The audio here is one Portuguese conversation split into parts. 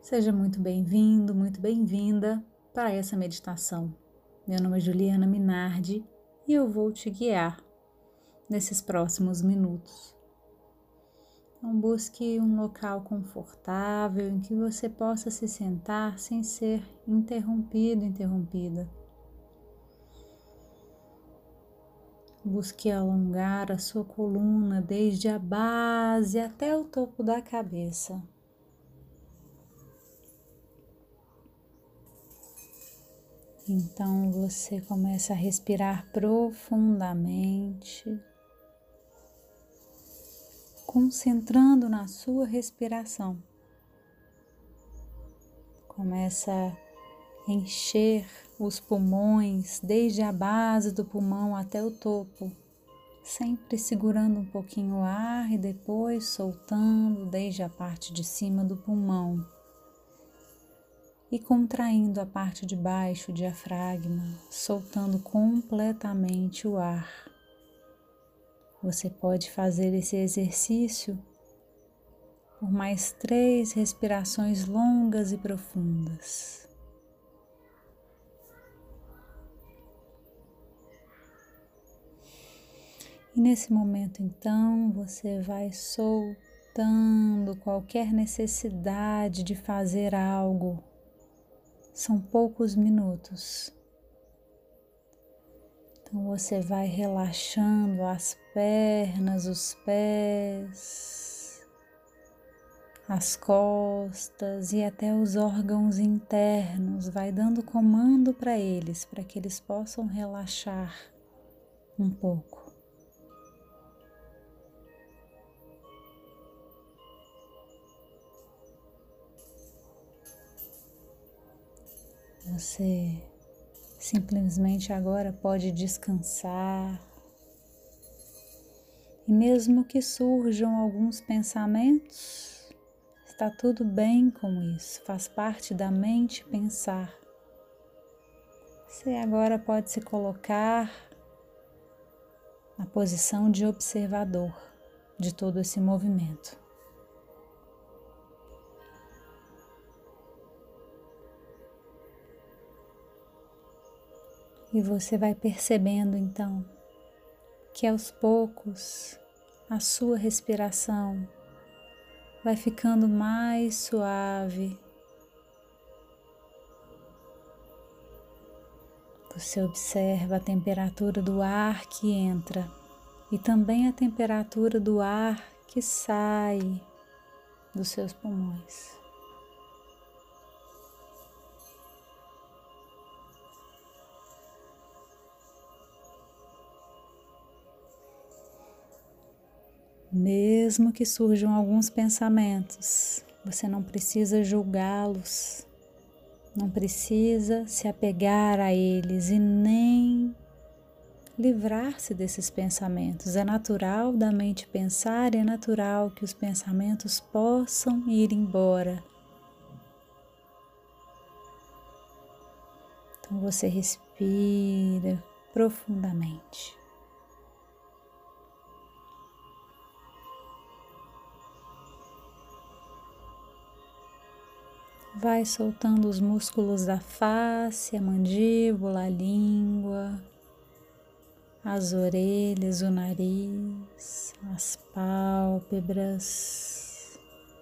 Seja muito bem-vindo, muito bem-vinda para essa meditação. Meu nome é Juliana Minardi e eu vou te guiar nesses próximos minutos. Então, busque um local confortável em que você possa se sentar sem ser interrompida. Busque alongar a sua coluna desde a base até o topo da cabeça. Então você começa a respirar profundamente, concentrando na sua respiração. Começa a encher os pulmões desde a base do pulmão até o topo, sempre segurando um pouquinho o ar e depois soltando desde a parte de cima do pulmão. E contraindo a parte de baixo, o diafragma, soltando completamente o ar. Você pode fazer esse exercício por mais 3 respirações longas e profundas. E nesse momento, então, você vai soltando qualquer necessidade de fazer algo. São poucos minutos. Então você vai relaxando as pernas, os pés, as costas e até os órgãos internos. Vai dando comando para eles, para que eles possam relaxar um pouco. Você simplesmente agora pode descansar. E mesmo que surjam alguns pensamentos, está tudo bem com isso, faz parte da mente pensar. Você agora pode se colocar na posição de observador de todo esse movimento. E você vai percebendo então que aos poucos a sua respiração vai ficando mais suave. Você observa a temperatura do ar que entra e também a temperatura do ar que sai dos seus pulmões. Mesmo que surjam alguns pensamentos, você não precisa julgá-los, não precisa se apegar a eles e nem livrar-se desses pensamentos. É natural da mente pensar e é natural que os pensamentos possam ir embora. Então você respira profundamente. Vai soltando os músculos da face, a mandíbula, a língua, as orelhas, o nariz, as pálpebras,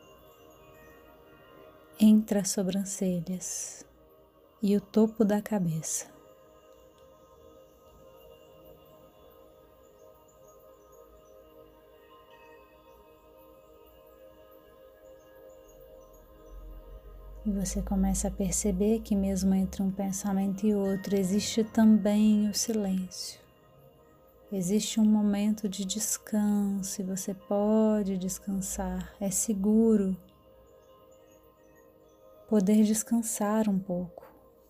entre as sobrancelhas e o topo da cabeça. E você começa a perceber que mesmo entre um pensamento e outro existe também o silêncio. Existe um momento de descanso e você pode descansar. É seguro poder descansar um pouco.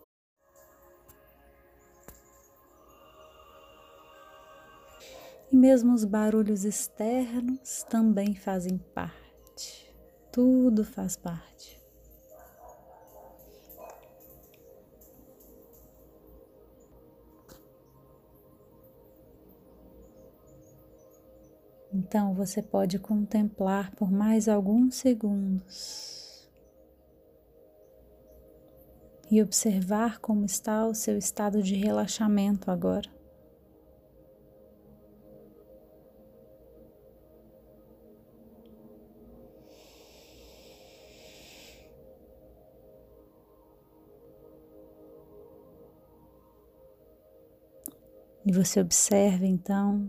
E mesmo os barulhos externos também fazem parte. Tudo faz parte. Então você pode contemplar por mais alguns segundos e observar como está o seu estado de relaxamento agora. E você observa então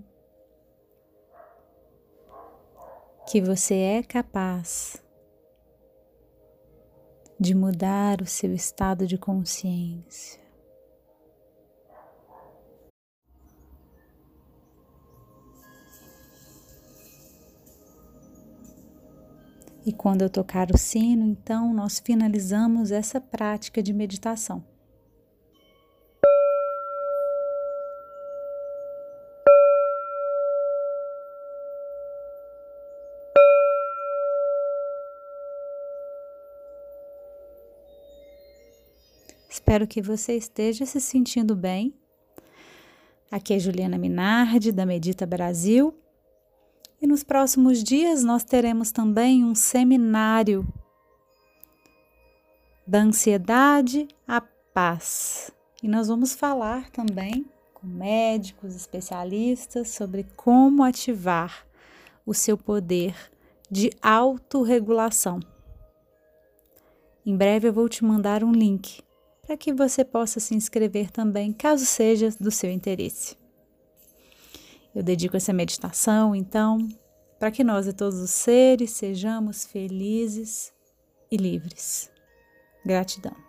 que você é capaz de mudar o seu estado de consciência. E quando eu tocar o sino, então nós finalizamos essa prática de meditação. Espero que você esteja se sentindo bem. Aqui é Juliana Minardi, da Medita Brasil. E nos próximos dias nós teremos também um seminário da ansiedade à paz. E nós vamos falar também com médicos, especialistas sobre como ativar o seu poder de autorregulação. Em breve eu vou te mandar um link para que você possa se inscrever também, caso seja do seu interesse. Eu dedico essa meditação, então, para que nós e todos os seres sejamos felizes e livres. Gratidão.